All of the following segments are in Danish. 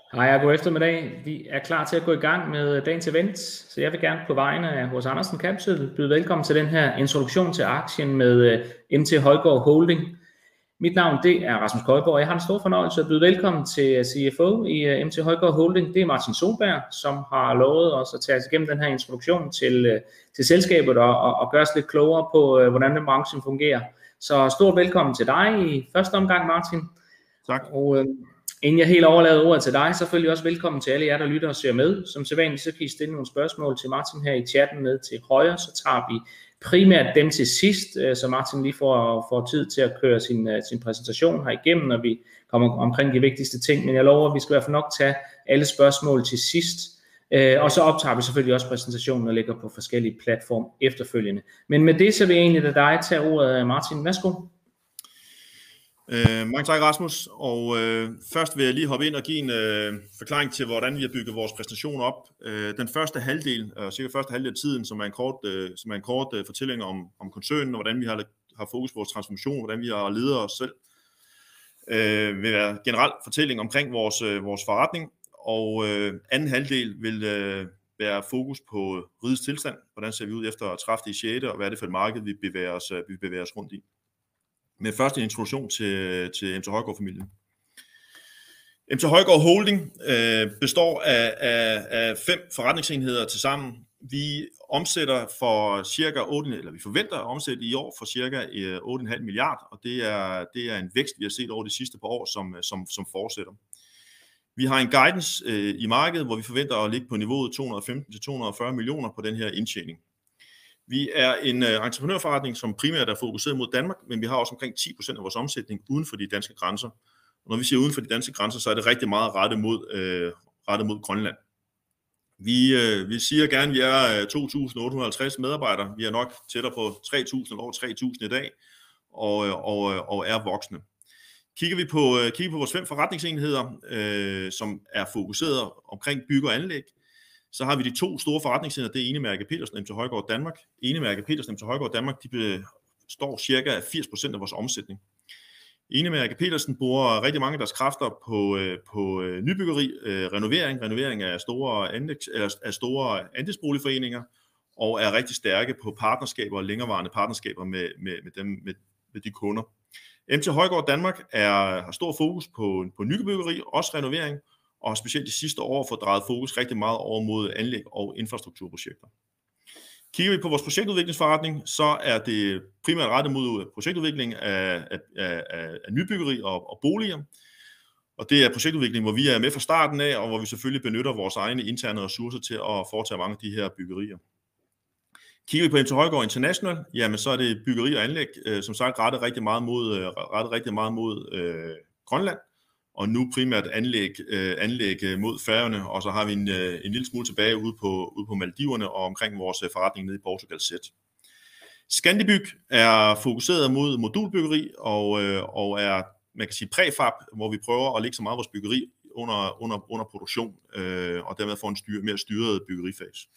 Hej og god eftermiddag. Vi er klar til at gå i gang med dagens event, så jeg vil gerne på vegne af H.C. Andersen Capital byde velkommen til den her introduktion til aktien med MT Højgaard Holding. Mit navn det er Rasmus Køjborg, og jeg har den store fornøjelse at byde velkommen til CFO i MT Højgaard Holding. Det er Martin Solberg, som har lovet os at tage os igennem den her introduktion til selskabet og gøre os lidt klogere på, hvordan den branchen fungerer. Så stort velkommen til dig i første omgang, Martin. Tak. Og inden jeg helt overlader ordet til dig, så selvfølgelig også velkommen til alle jer, der lytter og ser med. Som sædvanligt, så kan I stille nogle spørgsmål til Martin her i chatten med til højre, så tager vi primært dem til sidst, så Martin lige får tid til at køre sin præsentation her igennem, når vi kommer omkring de vigtigste ting. Men jeg lover, at vi skal i hvert fald nok tage alle spørgsmål til sidst. Og så optager vi selvfølgelig også præsentationen og lægger på forskellige platforme efterfølgende. Men med det, så vil jeg egentlig lade dig tage ordet, Martin. Værsgo. Mange tak, Rasmus, og først vil jeg lige hoppe ind og give en forklaring til, hvordan vi har bygget vores præsentation op. Den første halvdel, cirka første halvdel af tiden, som er en kort fortælling om koncernen, og hvordan vi har fokus på vores transformation, hvordan vi har ledet os selv, vil være generelt fortælling omkring vores forretning, og anden halvdel vil være fokus på rigets tilstand, hvordan ser vi ud efter 30.6, og hvad er det for et marked, vi bevæger os rundt i. Men først en introduktion til MT Højgaard-familien. MT Højgaard Holding består af 5 forretningsenheder til sammen. Vi omsætter for cirka 8, eller vi forventer at omsætte i år for cirka 8,5 milliarder, og det er en vækst, vi har set over de sidste par år, som fortsætter. Vi har en guidance i markedet, hvor vi forventer at ligge på niveauet 215-240 millioner på den her indtjening. Vi er en entreprenørforretning, som primært er fokuseret mod Danmark, men vi har også omkring 10% af vores omsætning uden for de danske grænser. Og når vi siger uden for de danske grænser, så er det rigtig meget rettet mod Grønland. Vi siger gerne, at vi er 2.850 medarbejdere. Vi er nok tættere på 3.000 eller over 3.000 i dag, og er voksne. Kigger vi på vores 5 forretningsenheder, som er fokuseret omkring bygge og anlæg, så har vi de 2 store forretningsenheder, det er Enemærke Petersen og MT Højgaard Danmark. Enemærke Petersen og MT Højgaard Danmark, de består cirka 80% af vores omsætning. Enemærke Petersen bruger rigtig mange af deres kræfter på nybyggeri, renovering af store andelsboligforeninger, og er rigtig stærke på partnerskaber og længerevarende partnerskaber med de kunder. MT Højgaard Danmark har stor fokus på nybyggeri, også renovering, og specielt de sidste år får drejet fokus rigtig meget over mod anlæg og infrastrukturprojekter. Kigger vi på vores projektudviklingsforretning, så er det primært rettet mod projektudvikling af nybyggeri og boliger. Og det er projektudvikling, hvor vi er med fra starten af, og hvor vi selvfølgelig benytter vores egne interne ressourcer til at foretage mange af de her byggerier. Kigger vi på MT Højgaard International, jamen så er det byggeri og anlæg, som sagt rettet rigtig meget mod Grønland. Og nu primært anlæg mod Færøerne, og så har vi en lille smule tilbage ude på Maldiverne og omkring vores forretning nede i Portugal Set. Scandibyg er fokuseret mod modulbyggeri og er, man kan sige, præfab, hvor vi prøver at lægge så meget af vores byggeri under produktion, og dermed få en mere styret byggerifase.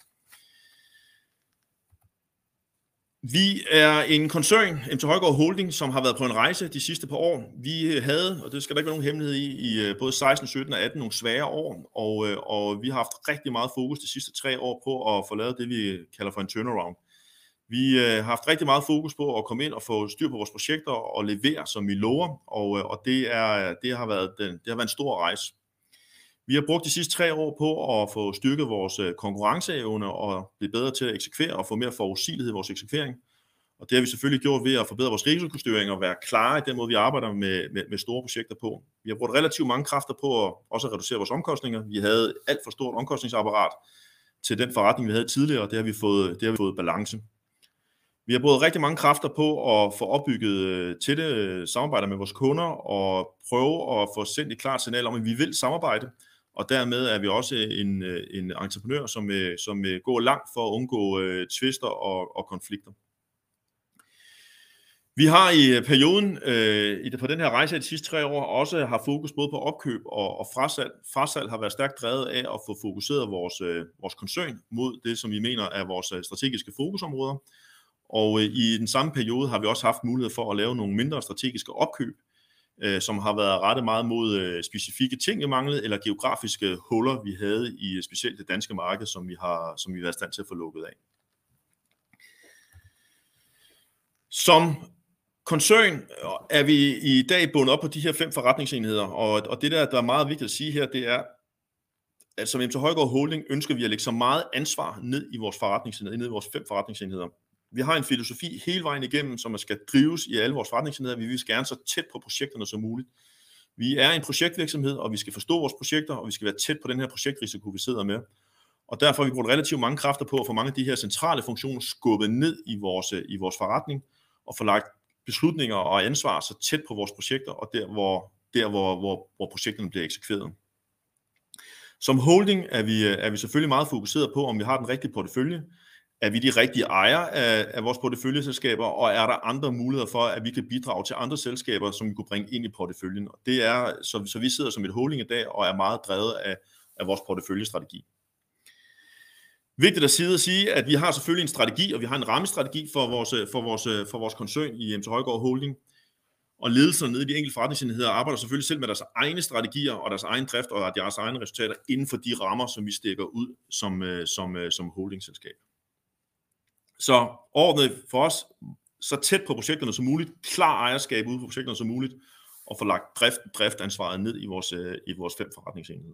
Vi er en koncern, MT Højgaard Holding, som har været på en rejse de sidste par år. Vi havde, og det skal der ikke være nogen hemmelighed i både 16, 17 og 18 nogle svære år, og vi har haft rigtig meget fokus de sidste 3 år på at få lavet det, vi kalder for en turnaround. Vi har haft rigtig meget fokus på at komme ind og få styr på vores projekter og levere, som vi lover, og det har været en stor rejse. Vi har brugt de sidste 3 år på at få styrket vores konkurrenceevne og blive bedre til at eksekvere og få mere forudsigelighed i vores eksekvering. Og det har vi selvfølgelig gjort ved at forbedre vores risikostyring og være klare i den måde, vi arbejder med store projekter på. Vi har brugt relativt mange kræfter på at også reducere vores omkostninger. Vi havde alt for stort omkostningsapparat til den forretning, vi havde tidligere, og det har vi fået balance. Vi har brugt rigtig mange kræfter på at få opbygget tætte samarbejder med vores kunder og prøve at få sendt et klart signal om, at vi vil samarbejde. Og dermed er vi også en entreprenør, som går langt for at undgå tvister og konflikter. Vi har i perioden på den her rejse de sidste 3 år også har fokus både på opkøb og frasalg. Frasalg har været stærkt drevet af at få fokuseret vores koncern mod det, som vi mener er vores strategiske fokusområder. Og i den samme periode har vi også haft mulighed for at lave nogle mindre strategiske opkøb, som har været rettet meget mod specifikke ting, vi manglede, eller geografiske huller, vi havde i specielt det danske marked, som vi har været i stand til at få lukket af. Som koncern er vi i dag bundet op på de her 5 forretningsenheder, og det der er meget vigtigt at sige her, det er, at som MT Højgaard Holding ønsker vi at lægge så meget ansvar ned i vores forretningsenheder, ned i vores 5 forretningsenheder. Vi har en filosofi hele vejen igennem, som skal drives i alle vores forretningsenheder. Vi vil gerne så tæt på projekterne som muligt. Vi er en projektvirksomhed, og vi skal forstå vores projekter, og vi skal være tæt på den her projektrisiko, vi sidder med. Og derfor har vi brugt relativt mange kræfter på at få mange af de her centrale funktioner skubbet ned i vores forretning, og få lagt beslutninger og ansvar så tæt på vores projekter, og der hvor projekterne bliver eksekveret. Som holding er vi selvfølgelig meget fokuseret på, om vi har den rigtige portefølje. Er vi de rigtige ejere af vores porteføljeselskaber, og er der andre muligheder for, at vi kan bidrage til andre selskaber, som vi kunne bringe ind i porteføljen? Og det er, så vi sidder som et holding i dag, og er meget drevet af vores porteføljestrategi. Vigtigt at sige, at vi har selvfølgelig en strategi, og vi har en rammestrategi for vores koncern i MT Højgaard Holding. Og ledelserne nede i de enkelte forretningsenheder arbejder selvfølgelig selv med deres egne strategier og deres egen drift og deres egne resultater inden for de rammer, som vi stikker ud som holdingselskab. Så ordnet for os, så tæt på projekterne som muligt, klar ejerskab ude på projekterne som muligt, og få lagt driftansvaret ned i vores 5 forretningsenheder.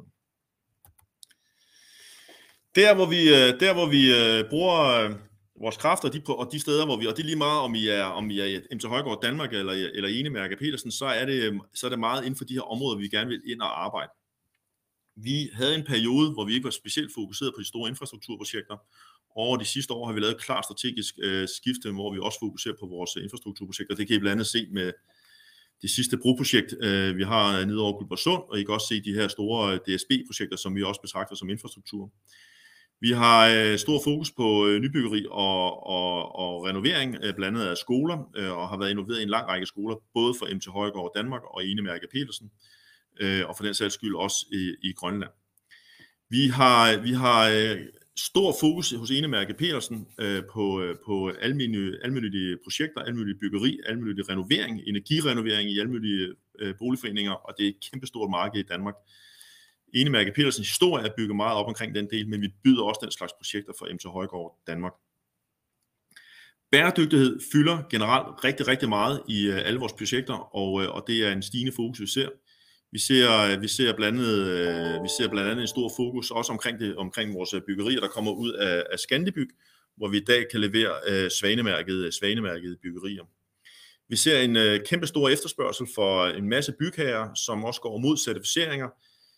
Der hvor vi bruger vores kræfter, og de steder, hvor vi, og det er lige meget, om I er MT Højgaard Danmark eller Enemærke Petersen, så er det meget inden for de her områder, vi gerne vil ind og arbejde. Vi havde en periode, hvor vi ikke var specielt fokuseret på de store infrastrukturprojekter. Over de sidste år har vi lavet et klart strategisk skifte, hvor vi også fokuserer på vores infrastrukturprojekter. Det kan I blandt andet se med det sidste broprojekt, vi har nede over Guldborgsund, og I kan også se de her store DSB-projekter, som vi også betragter som infrastruktur. Vi har stor fokus på nybyggeri og renovering, blandt andet af skoler, og har været involveret i en lang række skoler, både for MT Højgaard Danmark og Enemærke Petersen, og for den sags skyld også i Grønland. Vi har stor fokus hos Enemærke Petersen på almindelige projekter, almindelige byggeri, almindelige renovering, energirenovering i almindelige boligforeninger, og det er et kæmpestort marked i Danmark. Enemærke Petersens historie er bygget meget op omkring den del, men vi byder også den slags projekter for MT Højgaard Danmark. Bæredygtighed fylder generelt rigtig, rigtig meget i alle vores projekter, og det er en stigende fokus, vi ser. Vi ser blandt andet en stor fokus også omkring vores byggerier, der kommer ud af Scandibyg, hvor vi i dag kan levere svanemærkede byggerier. Vi ser en kæmpe stor efterspørgsel for en masse bygherrer, som også går mod certificeringer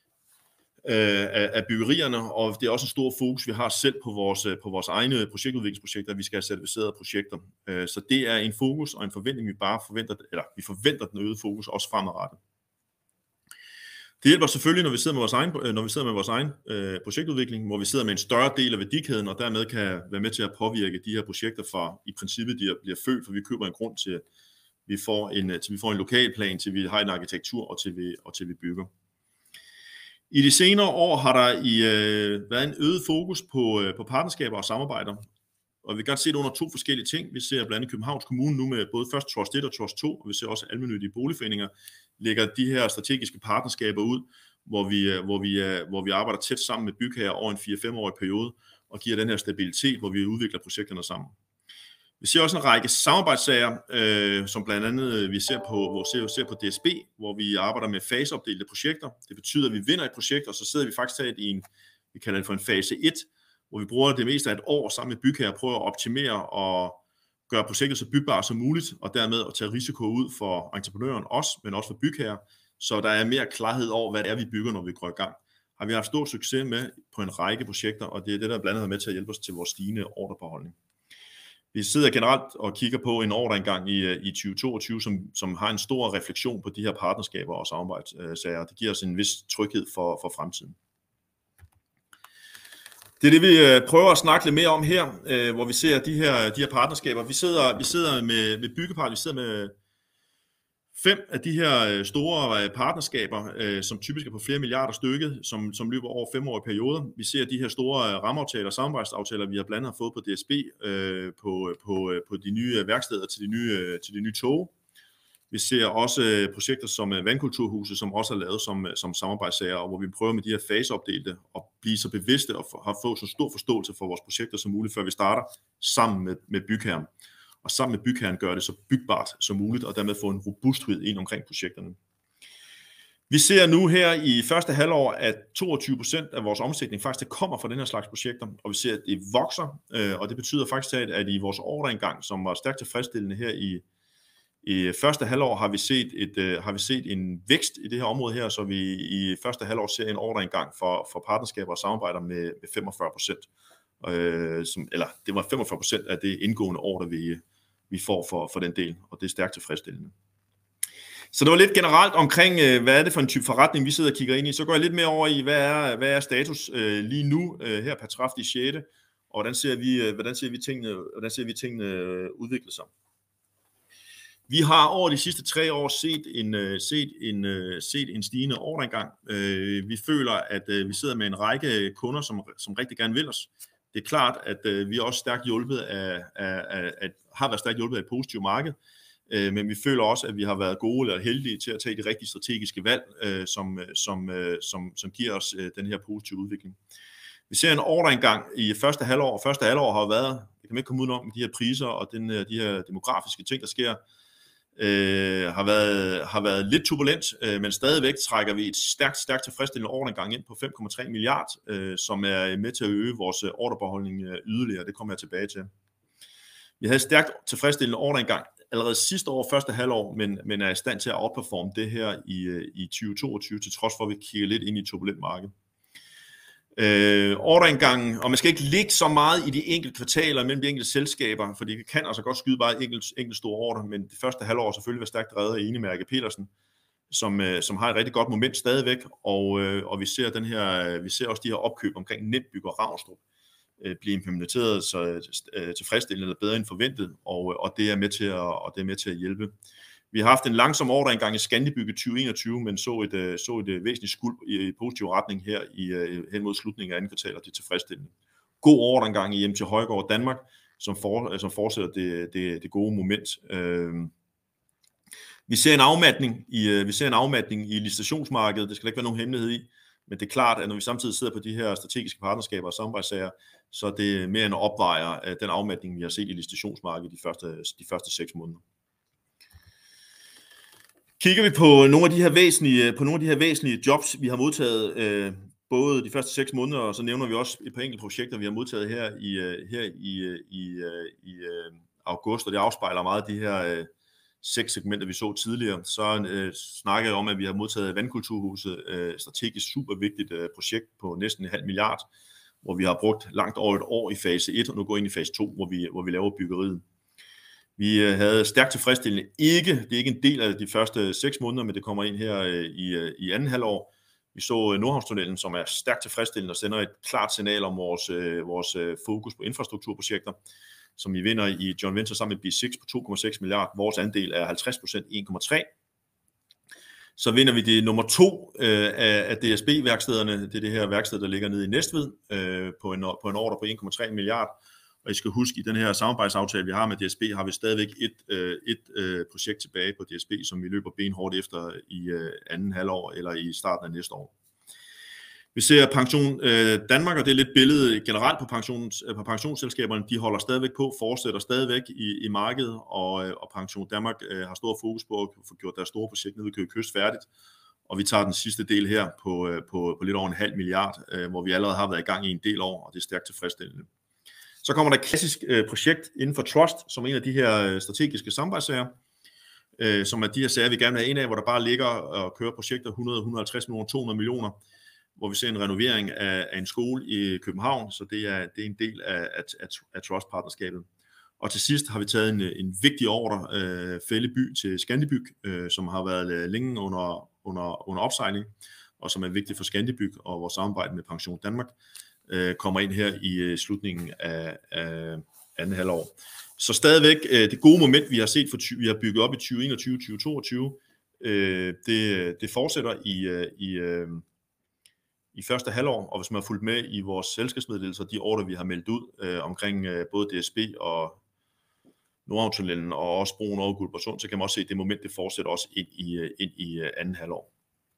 af byggerierne, og det er også en stor fokus, vi har selv på vores egne projektudviklingsprojekter, at vi skal have certificerede projekter. Så det er en fokus og en forventning, vi forventer den øgede fokus også fremadrettet. Det hjælper selvfølgelig, når vi sidder med vores egen projektudvikling, hvor vi sidder med en større del af værdikæden, og dermed kan være med til at påvirke de her projekter fra i princippet de bliver født, for vi køber en grund til vi får en lokalplan, til vi har en arkitektur og til vi bygger. I de senere år har der været en øget fokus på partnerskaber og samarbejder, og vi kan godt se det under 2 forskellige ting. Vi ser blandt andet Københavns Kommune nu med både først Trust 1 og Trust 2, og vi ser også almennyttige boligforeninger lægger de her strategiske partnerskaber ud, hvor vi arbejder tæt sammen med bygherrer over en 4-5-årig periode og giver den her stabilitet, hvor vi udvikler projekterne sammen. Vi ser også en række samarbejdssager, som blandt andet vi ser på DSB, hvor vi arbejder med faseopdelte projekter. Det betyder, at vi vinder et projekt, og så sidder vi faktisk i vi kalder det for en fase 1, hvor vi bruger det meste af et år sammen med bygherrer, prøver at optimere og gøre projektet så bygbart som muligt, og dermed at tage risiko ud for entreprenøren også, men også for bygherrer, så der er mere klarhed over, hvad det er, vi bygger, når vi går i gang. Har vi haft stor succes med på en række projekter, og det er det, der blandt andet er med til at hjælpe os til vores stigende ordrebeholdning. Vi sidder generelt og kigger på en ordreindgang i 2022, som har en stor refleksion på de her partnerskaber og samarbejdssager. Det giver os en vis tryghed for fremtiden. Det er det, vi prøver at snakke lidt mere om her, hvor vi ser de her partnerskaber. Vi sidder med Byggepart, vi sidder med 5 af de her store partnerskaber, som typisk er på flere milliarder stykket, som løber over 5-årige perioder. Vi ser de her store rammeaftaler, samarbejdsaftaler, vi har blandt andet fået på DSB, på de nye værksteder til de nye tog. Vi ser også projekter som Vandkulturhuset, som også er lavet som samarbejdssager, og hvor vi prøver med de her faseopdelte at blive så bevidste og få så stor forståelse for vores projekter som muligt, før vi starter sammen med bygherren. Og sammen med bygherren gør det så bygbart som muligt, og dermed få en robusthed ind omkring projekterne. Vi ser nu her i første halvår, at 22% af vores omsætning faktisk kommer fra den her slags projekter, og vi ser, at det vokser, og det betyder faktisk, at i vores ordreindgang, som var stærkt tilfredsstillende her i første halvår, har vi set en vækst i det her område her, så vi i første halvår ser en ordreindgang for partnerskaber og samarbejder med 45%. Eller det var 45% af det indgående ordre, vi får for den del, og det er stærkt tilfredsstillende. Så det var lidt generelt omkring, hvad er det for en type forretning, vi sidder og kigger ind i. Så går jeg lidt mere over i, hvad er status lige nu her per 30.6. Og hvordan ser vi tingene udvikle sig. Vi har over de sidste 3 år set en stigende ordreindgang. Vi føler, at vi sidder med en række kunder, som rigtig gerne vil os. Det er klart, at vi er også stærkt hjulpet har været stærkt hjulpet af et positivt marked. Men vi føler også, at vi har været gode eller heldige til at tage de rigtige strategiske valg, som giver os den her positive udvikling. Vi ser en ordreindgang i første halvår. Første halvår har været, det kan man ikke komme udenom, de her priser og de her demografiske ting, der sker, har været lidt turbulent, men stadigvæk trækker vi et stærkt tilfredsstillende ordreindgang ind på 5,3 milliard, som er med til at øge vores ordrebeholdning yderligere. Det kommer jeg tilbage til. Vi havde stærkt tilfredsstillende ordreindgang allerede sidste år, første halvår, men er i stand til at outperforme det her i 2022, til trods for, at vi kigger lidt ind i et turbulent marked. Ordreindgangen, og man skal ikke ligge så meget i de enkelte kvartaler mellem de enkelte selskaber, for det kan altså godt skyde bare enkelt store ordre, men det første halvår selvfølgelig var stærkt drevet af Enemærke Petersen, som har et rigtig godt moment stadigvæk, og vi ser også de her opkøb omkring Netbyg og Ravnstrup blive implementeret så tilfredsstillende eller bedre end forventet, og det er med til at hjælpe. Vi har haft en langsom ordreindgang i Scandibyg i 2021, men så et væsentligt skuld i positiv retning her hen mod slutningen af andet kvartal, og det er tilfredsstillende. God ordreindgang i MT Højgaard Danmark, som fortsætter det gode moment. Vi ser en afmatning i licitationsmarkedet, det skal der ikke være nogen hemmelighed i, men det er klart, at når vi samtidig sidder på de her strategiske partnerskaber og samarbejdssager, så er det mere end at opveje den afmatning, vi har set i licitationsmarkedet de første 6 måneder. Kigger vi på nogle af de her væsentlige jobs, vi har modtaget både de første 6 måneder, og så nævner vi også et par enkelte projekter, vi har modtaget her i august, og det afspejler meget de her 6 segmenter, vi så tidligere. Så snakker jeg om, at vi har modtaget Vandkulturhuset, strategisk super vigtigt projekt på næsten 0,5 milliard, hvor vi har brugt langt over et år i fase 1, og nu går ind i fase 2, hvor vi laver byggeriet. Vi havde stærkt tilfredsstillende det er ikke en del af de første 6 måneder, men det kommer ind her i anden halvår. Vi så Nordhavnstunnelen, som er stærkt tilfredsstillende og sender et klart signal om vores fokus på infrastrukturprojekter, som vi vinder i joint venture sammen med B6 på 2,6 milliard. Vores andel er 50%, 1,3. Så vinder vi det nummer 2 af DSB-værkstederne. Det er det her værksted, der ligger nede i Næstved på en ordre på 1,3 milliard. Og I skal huske, i den her samarbejdsaftale, vi har med DSB, har vi stadigvæk et projekt tilbage på DSB, som vi løber benhårdt efter i anden halvår eller i starten af næste år. Vi ser Pension Danmark, og det er lidt billedet generelt på pensionsselskaberne. De holder stadigvæk på, fortsætter stadigvæk i markedet, og Pension Danmark har stor fokus på at få gjort deres store projekt nede ved Køge Kyst færdigt. Og vi tager den sidste del her på lidt over 0,5 milliard, hvor vi allerede har været i gang i en del år, og det er stærkt tilfredsstillende. Så kommer der et klassisk projekt inden for Trust, som er en af de her strategiske samarbejdssager, som er de her sager, vi gerne vil have en af, hvor der bare ligger og kører projekter 100, 150 millioner, 200 millioner, hvor vi ser en renovering af en skole i København, så det er en del af Trust-partnerskabet. Og til sidst har vi taget en vigtig ordre, Fælleby til Scandibyg, som har været længe under opsejling, og som er vigtig for Scandibyg og vores samarbejde med Pension Danmark, kommer ind her i slutningen af anden halvår. Så stadigvæk det gode moment, vi har bygget op i 2021-2022, det fortsætter i første halvår, og hvis man har fulgt med i vores selskabsmeddelelser, de ordre, vi har meldt ud omkring både DSB og Nordhavntunnelen og også broen over Guldborgsund, så kan man også se, at det moment det fortsætter også ind i anden halvår.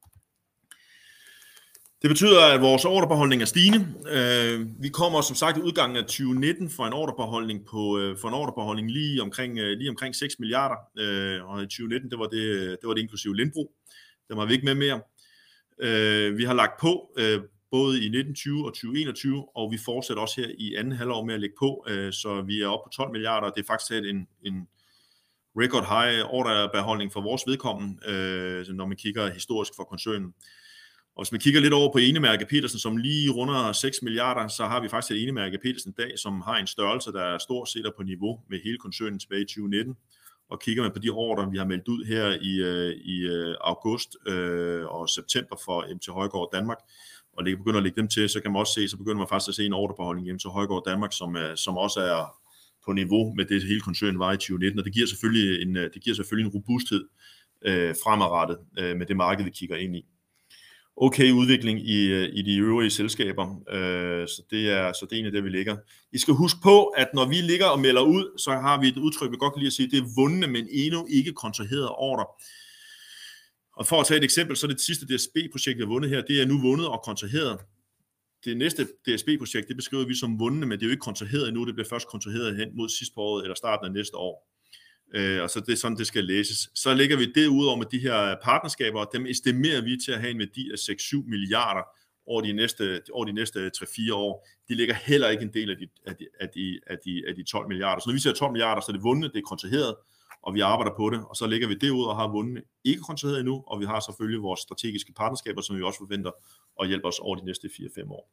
Det betyder, at vores ordrebeholdning er stigende. Vi kommer som sagt i udgangen af 2019 for en ordrebeholdning lige omkring 6 milliarder. Og i 2019, det var det inklusive Lindbro. Den var vi ikke med mere. Vi har lagt på både i 1920 og 2021, og vi fortsætter også her i anden halvår med at lægge på, så vi er oppe på 12 milliarder. Det er faktisk en record high ordrebeholdning for vores vedkommende, når man kigger historisk for koncernen. Og hvis man kigger lidt over på Enemærke Petersen, som lige runder 6 milliarder, så har vi faktisk et Enemærke Petersen i dag, som har en størrelse, der er stort set på niveau med hele koncernen tilbage i 2019. Og kigger man på de ordrer, vi har meldt ud her i august og september for MT Højgaard Danmark, og begynder at lægge dem til, så kan man også se, så begynder man faktisk at se en ordrebeholdning i MT Højgaard Danmark, som også er på niveau med det hele koncernen var i 2019. Og det giver selvfølgelig en robusthed fremadrettet med det marked, vi kigger ind i. Okay udvikling i de øvrige selskaber, så det er en af det, vi ligger. I skal huske på, at når vi ligger og melder ud, så har vi et udtryk, vi godt kan lide at sige, det er vundne, men endnu ikke kontraherede ordre. Og for at tage et eksempel, så det sidste DSB-projekt, vi har vundet her, det er nu vundet og kontraheret. Det næste DSB-projekt, det beskriver vi som vundne, men det er jo ikke kontraheret endnu, det bliver først kontraheret hen mod sidste på året eller starten af næste år. Og så det er sådan, det skal læses. Så lægger vi det ud over med de her partnerskaber, og dem estimerer vi til at have en værdi af 6-7 milliarder over de næste 3-4 år. De ligger heller ikke en del af de 12 milliarder. Så når vi siger 12 milliarder, så er det vundne, det er kontraheret, og vi arbejder på det, og så lægger vi det ud og har vundne ikke kontraheret endnu, og vi har selvfølgelig vores strategiske partnerskaber, som vi også forventer at hjælpe os over de næste 4-5 år.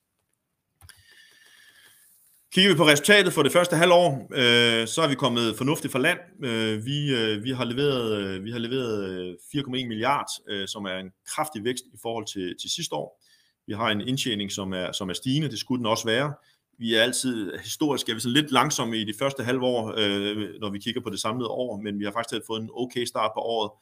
Kigger vi på resultatet for det første halvår, så er vi kommet fornuftigt fra land. Vi har leveret 4,1 milliard, som er en kraftig vækst i forhold til sidste år. Vi har en indtjening, som er stigende, det skulle den også være. Vi er altid historisk sådan lidt langsomme i de første halvår, når vi kigger på det samlede år, men vi har faktisk fået en okay start på året,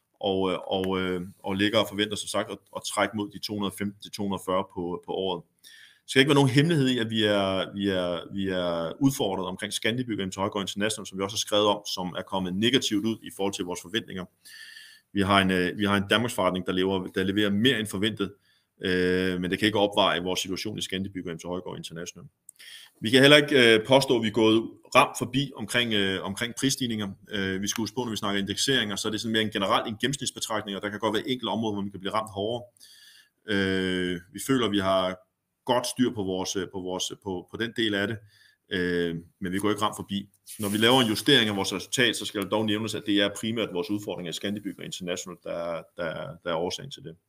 og ligger og forventer som sagt at trække mod de 215-240 på året. Det skal ikke være nogen hemmelighed i, at vi er udfordret omkring Scandic og MT Højgaard International, som vi også har skrevet om, som er kommet negativt ud i forhold til vores forventninger. Vi har en Danmarksforretning, der leverer mere end forventet, men det kan ikke opveje vores situation i Scandic og MT Højgaard International. Vi kan heller ikke påstå, at vi er gået ramt forbi omkring prisstigninger. Vi skal huske på, når vi snakker indekseringer, så er det sådan mere en gennemsnitsbetragtning, og der kan godt være enkelte områder, hvor man kan blive ramt hårdere. Vi føler, at vi har godt styr på den del af det, men vi går ikke ramt forbi. Når vi laver en justering af vores resultat, så skal det dog nævnes, at det er primært vores udfordring af Scandic og International, der er årsagen til det.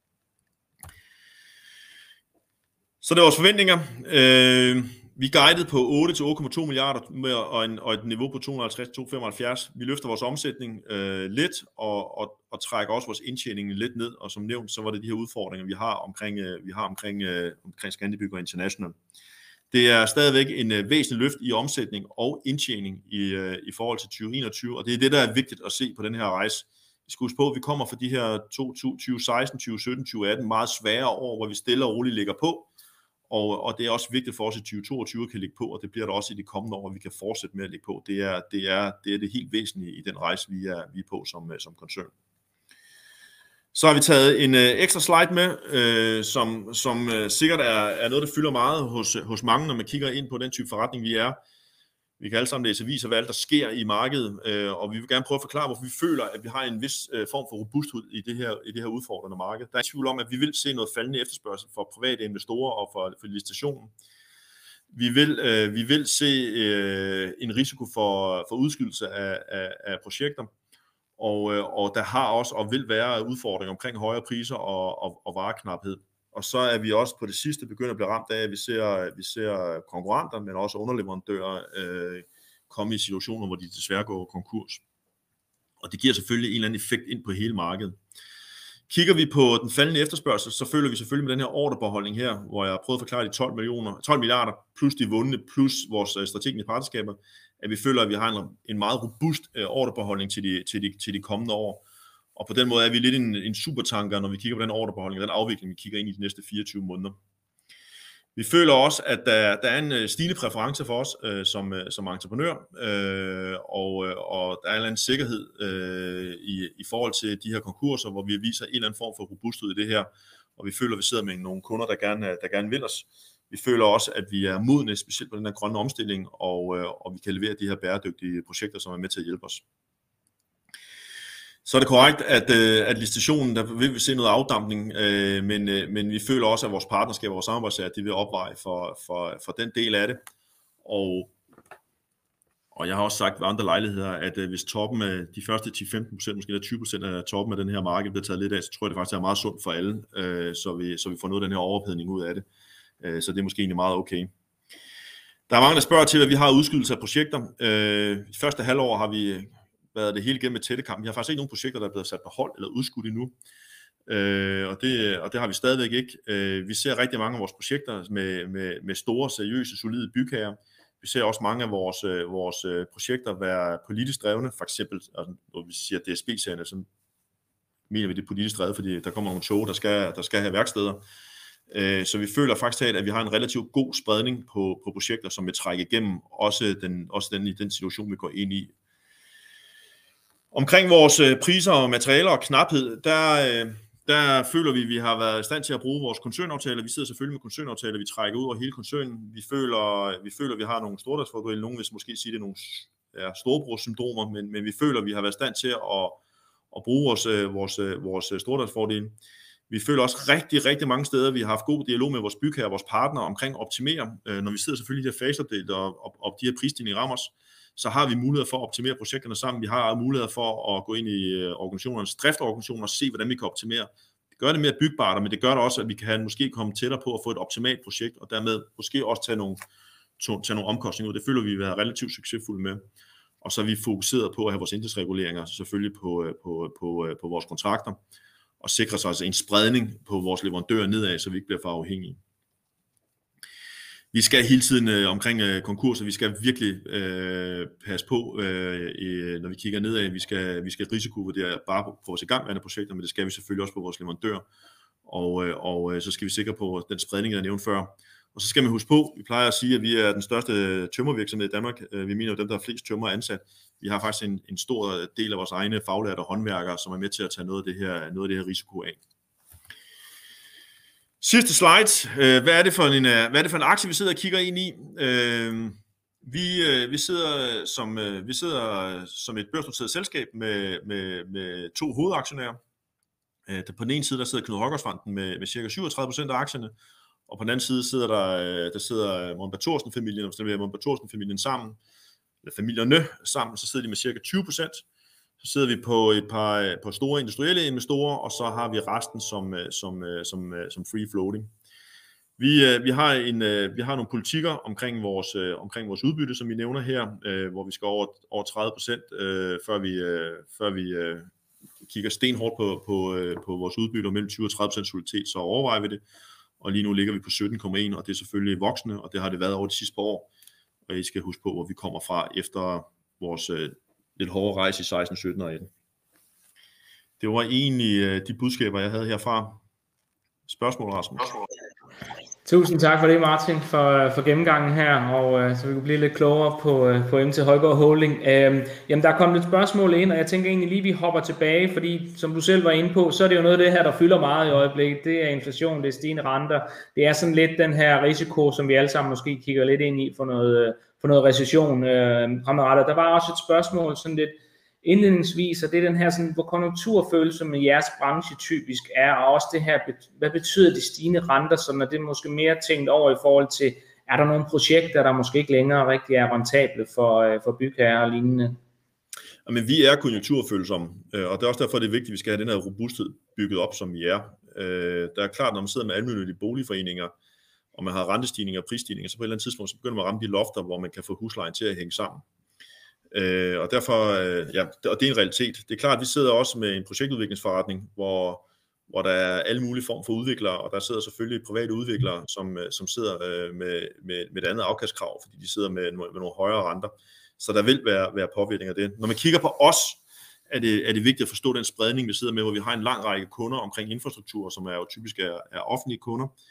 Så det er vores forventninger. Vi guidede på 8-8,2 milliarder og et niveau på 250-275. Vi løfter vores omsætning lidt og trækker også vores indtjening lidt ned, og som nævnt, så var det de her udfordringer, vi har omkring Scandic og International. Det er stadigvæk en væsentlig løft i omsætning og indtjening i forhold til 2021, og det er det, der er vigtigt at se på den her rejse. Vi skal huske på, at vi kommer fra de her 2016, 2017, 2018 meget svære år, hvor vi stille og roligt ligger på. Og det er også vigtigt for os, at 2022 kan ligge på, og det bliver der også i de kommende år, at vi kan fortsætte med at ligge på. Det er det helt væsentlige i den rejse, vi er på som koncern. Så har vi taget en ekstra slide med, som sikkert er noget, der fylder meget hos mange, når man kigger ind på den type forretning, vi er. Vi kan alle sammen læse aviser, hvad alt der sker i markedet, og vi vil gerne prøve at forklare, hvorfor vi føler, at vi har en vis form for robusthed i det her udfordrende marked. Der er tvivl om, at vi vil se noget faldende efterspørgsel for private investorer og for licitationen. Vi vil se en risiko for udskydelse af projekter, og der har også og vil være udfordringer omkring højere priser og vareknaphed. Og så er vi også på det sidste begyndt at blive ramt af, at vi ser konkurrenter, men også underleverandører komme i situationer, hvor de desværre går konkurs. Og det giver selvfølgelig en eller anden effekt ind på hele markedet. Kigger vi på den faldende efterspørgsel, så føler vi selvfølgelig med den her ordrebeholdning her, hvor jeg har prøvet at forklare de 12 milliarder plus de vundne plus vores strategiske partnerskaber, at vi føler, at vi har en meget robust ordrebeholdning til de kommende år. Og på den måde er vi lidt en supertanker, når vi kigger på den ordrebeholdning og den afvikling, vi kigger ind i de næste 24 måneder. Vi føler også, at der er en stigende præference for os som entreprenør, og der er en eller anden sikkerhed i forhold til de her konkurser, hvor vi viser en eller anden form for robusthed i det her, og vi føler, at vi sidder med nogle kunder, der gerne vil os. Vi føler også, at vi er modne, specielt på den her grønne omstilling, og vi kan levere de her bæredygtige projekter, som er med til at hjælpe os. Så er det korrekt, at licitationen, der vil vi se noget afdampning, men vi føler også, at vores partnerskab og vores samarbejdssager, de vil opveje for den del af det. Og jeg har også sagt ved andre lejligheder, at hvis toppen af de første 10-15%, måske 20% af toppen af den her marked bliver taget lidt af, så tror jeg det faktisk er meget sundt for alle, så vi får noget af den her overophedning ud af det. Så det er måske egentlig meget okay. Der er mange, der spørger til, hvad vi har udskydelse af projekter. I første halvår har vi været det hele gennem et tættekamp. Vi har faktisk ikke nogen projekter, der er blevet sat på hold eller udskudt endnu. Og det har vi stadigvæk ikke. Vi ser rigtig mange af vores projekter med store, seriøse, solide bygherrer. Vi ser også mange af vores projekter være politisk drevne. For eksempel, når vi siger DSB-serierne, så mener vi det politisk drevet, fordi der kommer nogle tog, der skal have værksteder. Så vi føler faktisk, at vi har en relativt god spredning på projekter, som vil trække igennem, også i den situation, vi går ind i. Omkring vores priser og materialer og knaphed, der føler vi, at vi har været i stand til at bruge vores koncernaftaler. Vi sidder selvfølgelig med koncernaftaler, vi trækker ud over hele koncernen. Vi føler, at vi har nogle stordriftsfordele. Nogen vil måske sige, at det er nogle storebrugssyndromer, men vi føler, at vi har været i stand til at bruge vores stordriftsfordele. Vi føler også rigtig mange steder, vi har haft god dialog med vores bygherrer og vores partnere omkring at optimere. Når vi sidder selvfølgelig i de her faseopdelt og de her prisstigninger rammer os, så har vi mulighed for at optimere projekterne sammen. Vi har mulighed for at gå ind i organisationernes driftorganisationer og se, hvordan vi kan optimere. Det gør det mere byggbart, men det gør det også, at vi kan måske komme tættere på at få et optimalt projekt, og dermed måske også tage nogle omkostninger ud. Det føler vi være relativt succesfulde med. Og så er vi fokuseret på at have vores indeksreguleringer, selvfølgelig på vores kontrakter, og sikre sig altså en spredning på vores leverandører nedad, så vi ikke bliver for afhængige. Vi skal hele tiden omkring konkurser, vi skal virkelig passe på, når vi kigger nedad. Vi skal risikovurdere bare på vores igangværende projekter, men det skal vi selvfølgelig også på vores leverandører. Og så skal vi sikre på den spredning, jeg nævnte før. Og så skal man huske på, vi plejer at sige, at vi er den største tømmervirksomhed i Danmark. Vi mener jo dem, der er flest tømmer ansat. Vi har faktisk en stor del af vores egne faglærte og håndværkere, som er med til at tage noget af det her risiko af. Sidste slide. Hvad er det for en aktie, vi sidder og kigger ind i? Vi sidder som et børsnoteret selskab med 2 hovedaktionærer. På den ene side der sidder Knud Højgaardsfonden med cirka 37% af aktierne, og på den anden side sidder der sidder Monberg Thorsen-familien, og så bliver Monberg Thorsen-familien sammen, eller familierne sammen, så sidder de med cirka 20%. Så sidder vi på et par store industrielle investorer, og så har vi resten som free floating. Vi har nogle politikker omkring vores udbytte, som vi nævner her, hvor vi skal over 30%, før vi kigger stenhårdt på vores udbytte, og mellem 20 og 30% soliditet, så overvejer vi det. Og lige nu ligger vi på 17,1, og det er selvfølgelig voksende, og det har det været over de sidste par år. Og I skal huske på, hvor vi kommer fra efter vores lidt hårde rejse i 16, 17 og 18. Det var egentlig de budskaber, jeg havde herfra. Spørgsmål, Rasmus? Tusind tak for det, Martin, for gennemgangen her, og så vi kunne blive lidt klogere på MT Højgaard Holding. Jamen, der er kommet et spørgsmål ind, og jeg tænker egentlig lige, vi hopper tilbage, fordi som du selv var inde på, så er det jo noget af det her, der fylder meget i øjeblikket. Det er inflation, det er stigende renter. Det er sådan lidt den her risiko, som vi alle sammen måske kigger lidt ind i for noget recession fremadrettet. Der var også et spørgsmål sådan lidt indledningsvis, og det er den her sådan, hvor konjunkturfølsom i jeres branche typisk er, og også det her, hvad betyder de stigende renter, så når det er måske mere tænkt over i forhold til, er der nogle projekter, der måske ikke længere rigtig er rentable for bygherrer og lignende? Men vi er konjunkturfølsomme, og det er også derfor, det er vigtigt, at vi skal have den her robusthed bygget op, som vi er. Der er klart, når man sidder med almennyttige boligforeninger, og man har rentestigninger og prisstigninger, så på et eller andet tidspunkt, så begynder man at ramme de lofter, hvor man kan få huslejen til at hænge sammen. Og derfor, og det er en realitet. Det er klart, at vi sidder også med en projektudviklingsforretning, hvor der er alle mulige former for udviklere, og der sidder selvfølgelig private udviklere, som sidder med et andet afkastkrav, fordi de sidder med nogle højere renter. Så der vil være påvirkning af det. Når man kigger på os, er det vigtigt at forstå den spredning, vi sidder med, hvor vi har en lang række kunder omkring infrastruktur, som er jo typisk er offentlige kunder.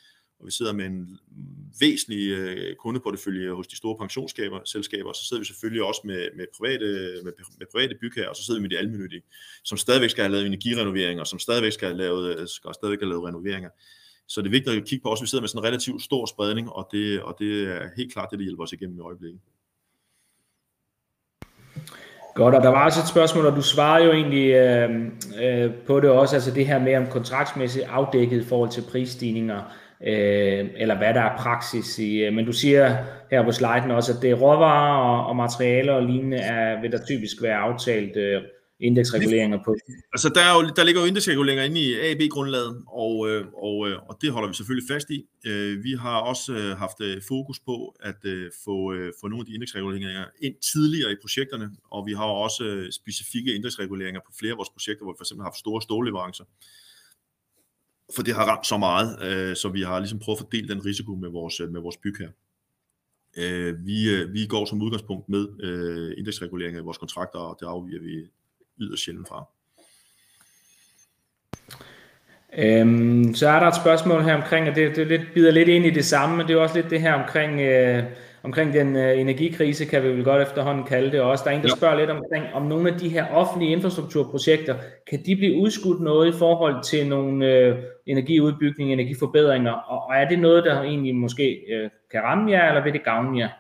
og vi sidder med en væsentlig kundeportefølje hos de store pensionsselskaber, så sidder vi selvfølgelig også med private bygherrer, og så sidder vi med de almennyttige, som stadigvæk skal have lavet energirenoveringer, som stadigvæk skal have lavet renoveringer. Så det er vigtigt at kigge på også, at vi sidder med sådan en relativt stor spredning, og det er helt klart det, der hjælper os igennem i øjeblikket. Godt, og der var også et spørgsmål, og du svarede jo egentlig på det også, altså det her med om kontraktsmæssigt afdækket i forhold til prisstigninger, eller hvad der er praksis i, men du siger her på sliden også, at det er råvarer og materialer og lignende, vil der typisk være aftalt indeksreguleringer på. Altså der ligger jo indeksreguleringer inde i AEB-grundlaget, og det holder vi selvfølgelig fast i. Vi har også haft fokus på at få nogle af de indeksreguleringer ind tidligere i projekterne, og vi har også specifikke indeksreguleringer på flere af vores projekter, hvor vi for eksempel har haft store stålleverancer. For det har ramt så meget, så vi har ligesom prøvet at fordele den risiko med vores bygherre. Vi går som udgangspunkt med indeksreguleringer i vores kontrakter, og det afviger vi yderst sjældent fra. Så er der et spørgsmål her omkring, og det bider lidt ind i det samme, men det er også lidt det her omkring den energikrise, kan vi vel godt efterhånden kalde det også. Der er en, der spørger lidt omkring, om nogle af de her offentlige infrastrukturprojekter, kan de blive udskudt noget i forhold til nogle energiudbygning, energiforbedringer, og er det noget, der egentlig måske kan ramme jer, eller vil det gavne jer?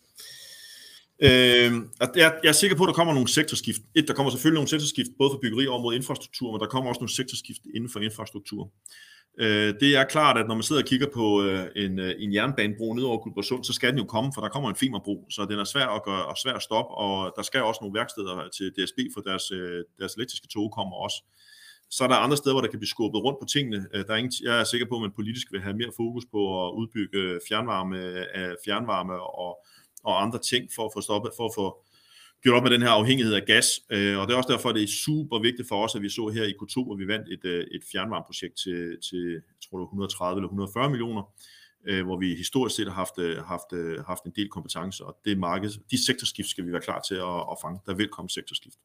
Jeg er sikker på, at der kommer nogle sektorskift. Der kommer selvfølgelig nogle sektorskift, både for byggeri og mod infrastruktur, men der kommer også nogle sektorskift inden for infrastruktur. Det er klart, at når man sidder og kigger på en jernbanebro ned over Guldborgsund, så skal den jo komme, for der kommer en Femernbro, så den er svær at stoppe, og der skal også nogle værksteder til DSB, for deres elektriske tog kommer også. Så er der andre steder, hvor der kan blive skubbet rundt på tingene. Jeg er sikker på, at man politisk vil have mere fokus på at udbygge fjernvarme og andre ting for at få stoppet, for at få gjort op med den her afhængighed af gas. Og det er også derfor, at det er super vigtigt for os, at vi så her i Q2, hvor vi vandt et fjernvarmeprojekt til jeg tror det var 130 eller 140 millioner, hvor vi historisk set har haft en del kompetencer, og det marked, de sektorskift skal vi være klar til at fange. Der vil komme sektorskift.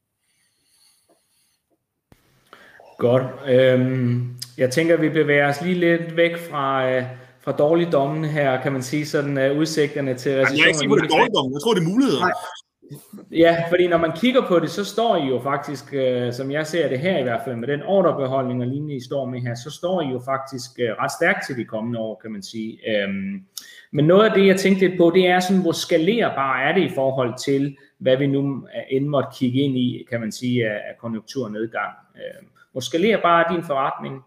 Godt. Jeg tænker, at vi bevæger os lige lidt væk fra dårligdommen her, kan man sige, sådan udsigterne til recession. Jeg er ikke sikker på, det er dårligdommen. Jeg tror, det er muligheder. Nej. Ja, fordi når man kigger på det, så står I jo faktisk, som jeg ser det her i hvert fald, med den ordrebeholdning og lignende, I står med her, så står I jo faktisk ret stærkt til de kommende år, kan man sige. Men noget af det, jeg tænkte lidt på, det er sådan, hvor skalerbar er det i forhold til, hvad vi nu end måtte kigge ind i, kan man sige, af konjunkturnedgang. Hvor skalerbar er din forretning?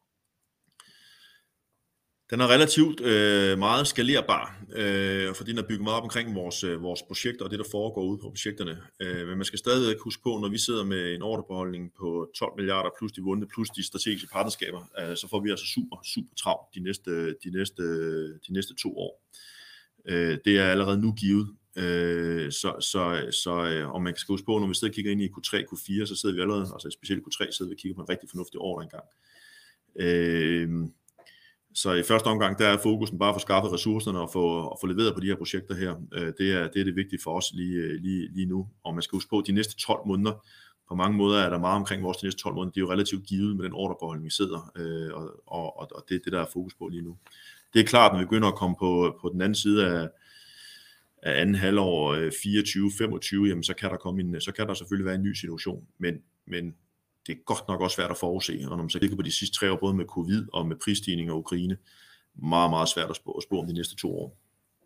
Den er relativt meget skalerbar, fordi den er bygget meget op omkring vores projekter og det, der foregår ude på projekterne. Men man skal stadig huske på, når vi sidder med en ordrebeholdning på 12 milliarder plus de vundne, plus de strategiske partnerskaber, så får vi altså super travlt de næste 2 år. Det er allerede nu givet. Og man skal huske på, når vi sidder og kigger ind i Q3, Q4, så sidder vi allerede, altså specielt Q3, sidder vi og kigger på en rigtig fornuftig ordre engang. Så i første omgang, der er fokusen bare for at skaffe ressourcerne og få leveret på de her projekter her. Det er det vigtige for os lige nu. Og man skal huske på, at de næste 12 måneder, på mange måder er der meget omkring vores de næste 12 måneder, det er jo relativt givet med den ordrebeholdning, vi sidder, og det er det, der er fokus på lige nu. Det er klart, når vi begynder at komme på den anden side af anden halvår 24-25, jamen så kan der selvfølgelig være en ny situation, men det er godt nok også svært at forudse, og når man så kigger på de sidste 3 år, både med covid og med prisstigning og Ukraine, meget svært at spå om de næste 2 år.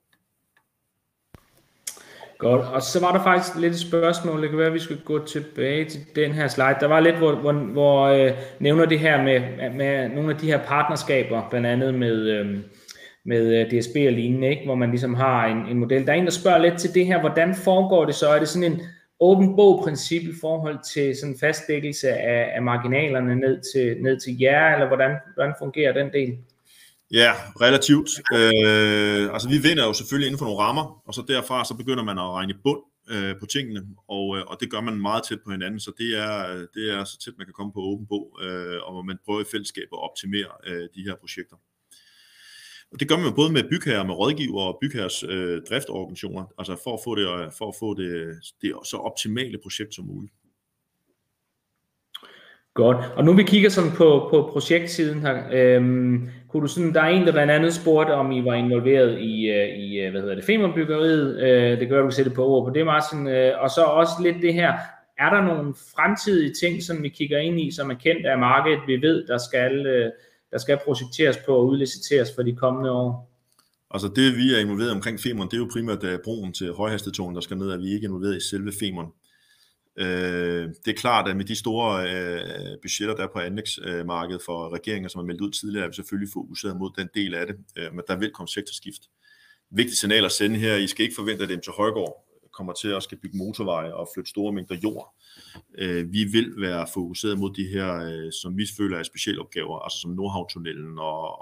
Godt, og så var der faktisk lidt et spørgsmål, det kan være, at vi skal gå tilbage til den her slide. Der var lidt, hvor nævner det her med nogle af de her partnerskaber, blandt andet med DSB og lignende, ikke? Hvor man ligesom har en model. Der er en, der spørger lidt til det her, hvordan foregår det så? Er det sådan en åben bog-princip i forhold til sådan fastlæggelse af marginalerne ned til jer, eller hvordan fungerer den del? Ja, relativt. Altså vi vinder jo selvfølgelig inden for nogle rammer, og så derfra så begynder man at regne bund på tingene, og det gør man meget tæt på hinanden, så det er så tæt man kan komme på åben bog, og man prøver i fællesskab at optimere de her projekter. Og det gør man jo både med bygherrer, med rådgiver og bygherres driftorganisationer, altså for at få det så optimale projekt som muligt. Godt. Og nu vi kigger sådan på projektsiden her, Kunne du sådan, der er en, der blandt andet spurgte, om I var involveret i Femernbyggeriet. Det gør du sætte på ord på det, Martin. Og så også lidt det her. Er der nogle fremtidige ting, som vi kigger ind i, som er kendt af markedet, vi ved, der skal projekteres på og udliciteres for de kommende år? Altså det, vi er involveret omkring Femern, det er jo primært broen til højhastighetstogen, der skal ned, at vi ikke er involveret i selve Femern. Det er klart, at med de store budgetter, der er på anlægsmarkedet for regeringer, som er meldt ud tidligere, er vi selvfølgelig fokuseret mod den del af det, men der vil komme sektorskift. Vigtigt signal at sende her, I skal ikke forvente, at MT Højgaard kommer til at skal bygge motorveje og flytte store mængder jord. Vi vil være fokuseret mod de her, som vi føler er specielle opgaver, altså som Nordhavntunnelen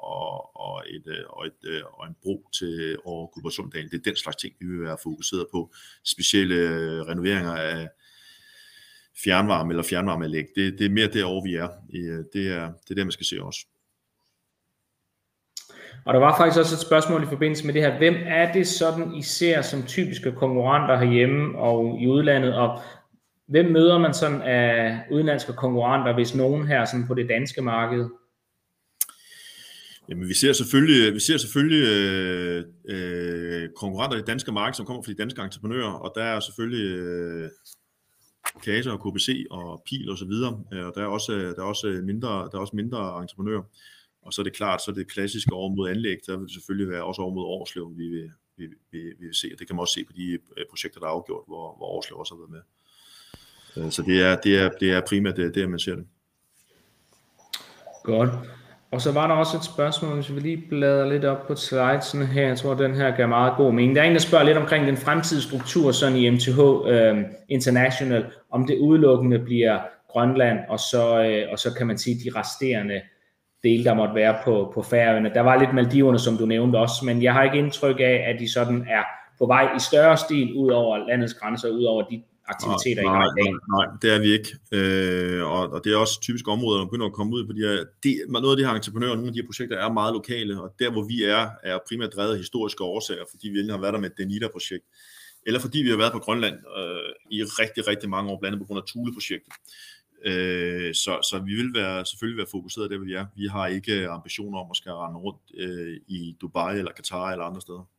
og en bro til over Guldborgsundalen. Det er den slags ting, vi vil være fokuseret på. Specielle renoveringer af fjernvarme eller fjernvarmeanlæg. Det er mere derovre, vi er. Det er der, man skal se også. Og der var faktisk også et spørgsmål i forbindelse med det her. Hvem er det sådan, I ser som typiske konkurrenter herhjemme og i udlandet? Og hvem møder man sådan af udenlandske konkurrenter, hvis nogen her sådan på det danske marked? Jamen, vi ser selvfølgelig konkurrenter i det danske marked, som kommer fra de danske entreprenører, og der er selvfølgelig Casa og KBC og Pil og så videre, og der er også mindre entreprenører. Og så er det klart, så er det klassiske over mod anlæg, der vil det selvfølgelig være også over mod Årslev, vi vil se, og det kan man også se på de projekter, der er afgjort, hvor Årslev også har været med. Så det er primært det, man ser det. Godt. Og så var der også et spørgsmål, hvis vi lige bladrer lidt op på slidesen her. Jeg tror, den her gav meget god mening. Der er en, der spørger lidt omkring den fremtidige struktur sådan i MTH International, om det udelukkende bliver Grønland, og så kan man sige de resterende dele, der måtte være på Færøerne. Der var lidt Maldiverne, som du nævnte også, men jeg har ikke indtryk af, at de sådan er på vej i større stil ud over landets grænser, ud over de aktiviteter i dag. Nej, det er vi ikke. Og det er også typisk områder, der begynder at komme ud på de her. Noget af de her entreprenører, nogle af de her projekter er meget lokale, og der hvor vi er primært drevet af historiske årsager, fordi vi har været der med et Denida-projekt, eller fordi vi har været på Grønland i rigtig, rigtig mange år, blandt andet på grund af Thule-projektet. Så vi vil selvfølgelig være fokuseret der, hvor vi er. Vi har ikke ambitioner om at skal rende rundt i Dubai eller Katar eller andre steder.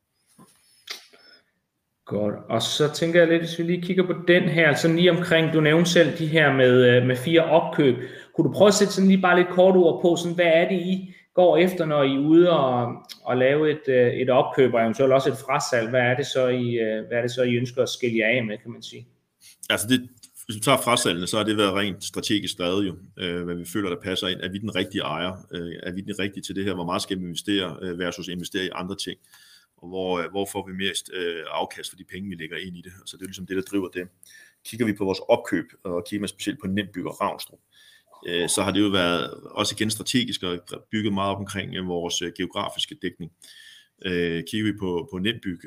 Godt, og så tænker jeg lidt, hvis vi lige kigger på den her, sådan lige omkring, du nævnte selv de her med 4 opkøb. Kunne du prøve at sætte sådan lige bare lidt kort ord på, sådan, hvad er det, I går efter, når I er ude og lave et opkøb, og eventuelt også et frasalg? Hvad er det så, I ønsker at skille jer af med, kan man sige? Altså hvis vi tager frasalgene, så har det været rent strategisk drevet jo, hvad vi føler, der passer ind. Er vi den rigtige ejer? Er vi den rigtige til det her? Hvor meget skal vi investere versus investere i andre ting? Og hvor får vi mest afkast for de penge, vi lægger ind i det? Så det er ligesom det, der driver det. Kigger vi på vores opkøb, og kigger man specielt på NemByg og Ravnstrup, så har det jo været også igen strategisk og bygget meget op omkring vores geografiske dækning. Kigger vi på NemByg,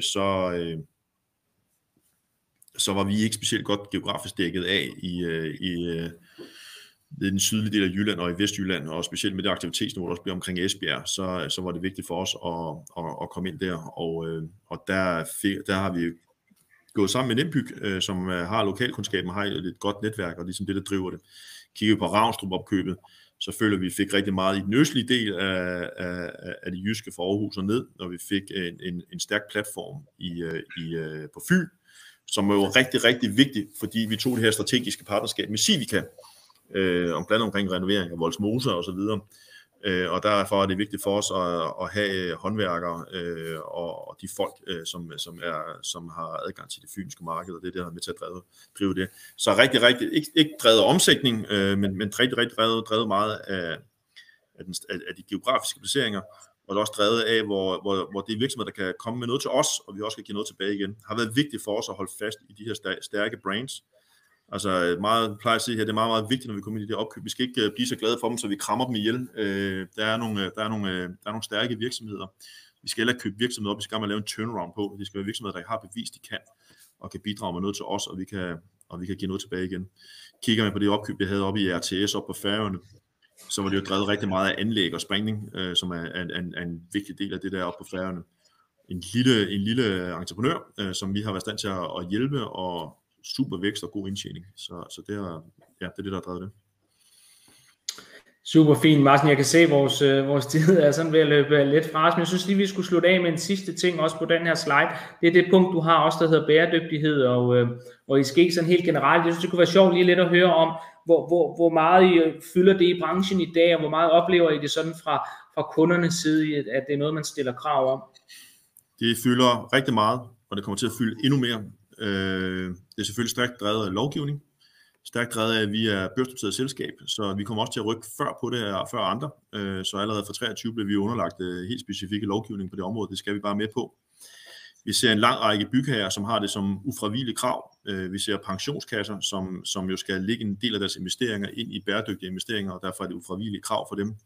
så var vi ikke specielt godt geografisk dækket af i den sydlige del af Jylland og i Vestjylland, og specielt med det aktivitetsniveau, der også bliver omkring Esbjerg, så var det vigtigt for os at komme ind der, og der har vi gået sammen med NemByg, som har lokalkundskaben, har et godt netværk, og ligesom det, der driver det. Kigger vi på Ravnstrup-opkøbet, så føler vi fik rigtig meget i den østlige del af det jyske fra Aarhus og ned, og vi fik en stærk platform på Fyn, som er jo rigtig, rigtig vigtigt, fordi vi tog det her strategiske partnerskab med Civica, blandt andet omkring renovering af Vollsmose og så videre. Og derfor er det vigtigt for os at have håndværkere og de folk, som har adgang til det fynske marked, og det er det, der er med til at drive det. Så rigtig, ikke drevet omsætning, men rigtig drevet meget af de geografiske placeringer, og det er også drevet af, hvor det er virksomheder, der kan komme med noget til os, og vi også kan give noget tilbage igen. Det har været vigtigt for os at holde fast i de her stærke brands. Altså meget plejer at sige her, det er meget, meget vigtigt, når vi kommer ind i det opkøb. Vi skal ikke blive så glade for dem, så vi krammer dem ihjel. Der er nogle stærke virksomheder. Vi skal heller ikke købe virksomheder op, vi skal gerne lave en turnaround på. Det skal være virksomheder, der har bevist, de kan, og kan bidrage med noget til os, og vi kan give noget tilbage igen. Kigger man på det opkøb, vi havde oppe i RTS op på Færøerne, så var det jo drevet rigtig meget af anlæg og sprængning, som er en vigtig del af det der oppe på Færøerne. En lille entreprenør, som vi har været stand til at hjælpe, og super vækst og god indtjening. Så det er det, der har drevet det. Super fint, Martin. Jeg kan se, at vores tid er sådan ved at løbe lidt fra os, men jeg synes lige, vi skulle slutte af med en sidste ting også på den her slide. Det er det punkt, du har også, der hedder bæredygtighed og ESG sådan helt generelt. Jeg synes, det kunne være sjovt lige lidt at høre om, hvor meget I fylder det i branchen i dag, og hvor meget oplever I det sådan fra kundernes side, at det er noget, man stiller krav om? Det fylder rigtig meget, og det kommer til at fylde endnu mere. Det er selvfølgelig stærkt drevet af lovgivning. Stærkt drevet af, at vi er børsnoteret selskab, så vi kommer også til at rykke før på det her, før andre. Så allerede fra 23 blev vi underlagt helt specifikke lovgivning på det område. Det skal vi bare med på. Vi ser en lang række bygherrer, som har det som ufravigelige krav. Vi ser pensionskasser, som jo skal lægge en del af deres investeringer ind i bæredygtige investeringer, og derfor er det ufravigelige krav for dem.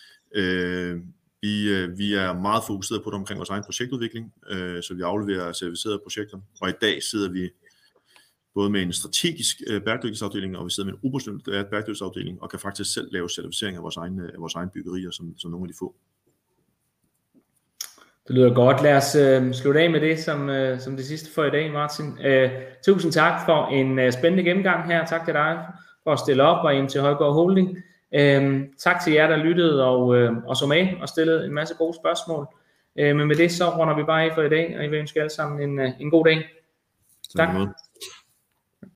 Vi er meget fokuseret på det omkring vores egen projektudvikling, så vi afleverer certificerede projekter. Og i dag sidder vi både med en strategisk bæredygtighedsafdeling, og vi sidder med en operationel bæredygtighedsafdeling, og kan faktisk selv lave certificering af vores egen byggerier, som nogle af de få. Det lyder godt. Lad os slutte af med det som det sidste for i dag, Martin. Tusind tak for en spændende gennemgang her. Tak til dig for at stille op og ind til Højgaard Holding. Tak til jer, der lyttede og så med og stillede en masse gode spørgsmål. Men med det så runder vi bare af for i dag, og jeg vil ønske jer alle sammen en god dag. Tak.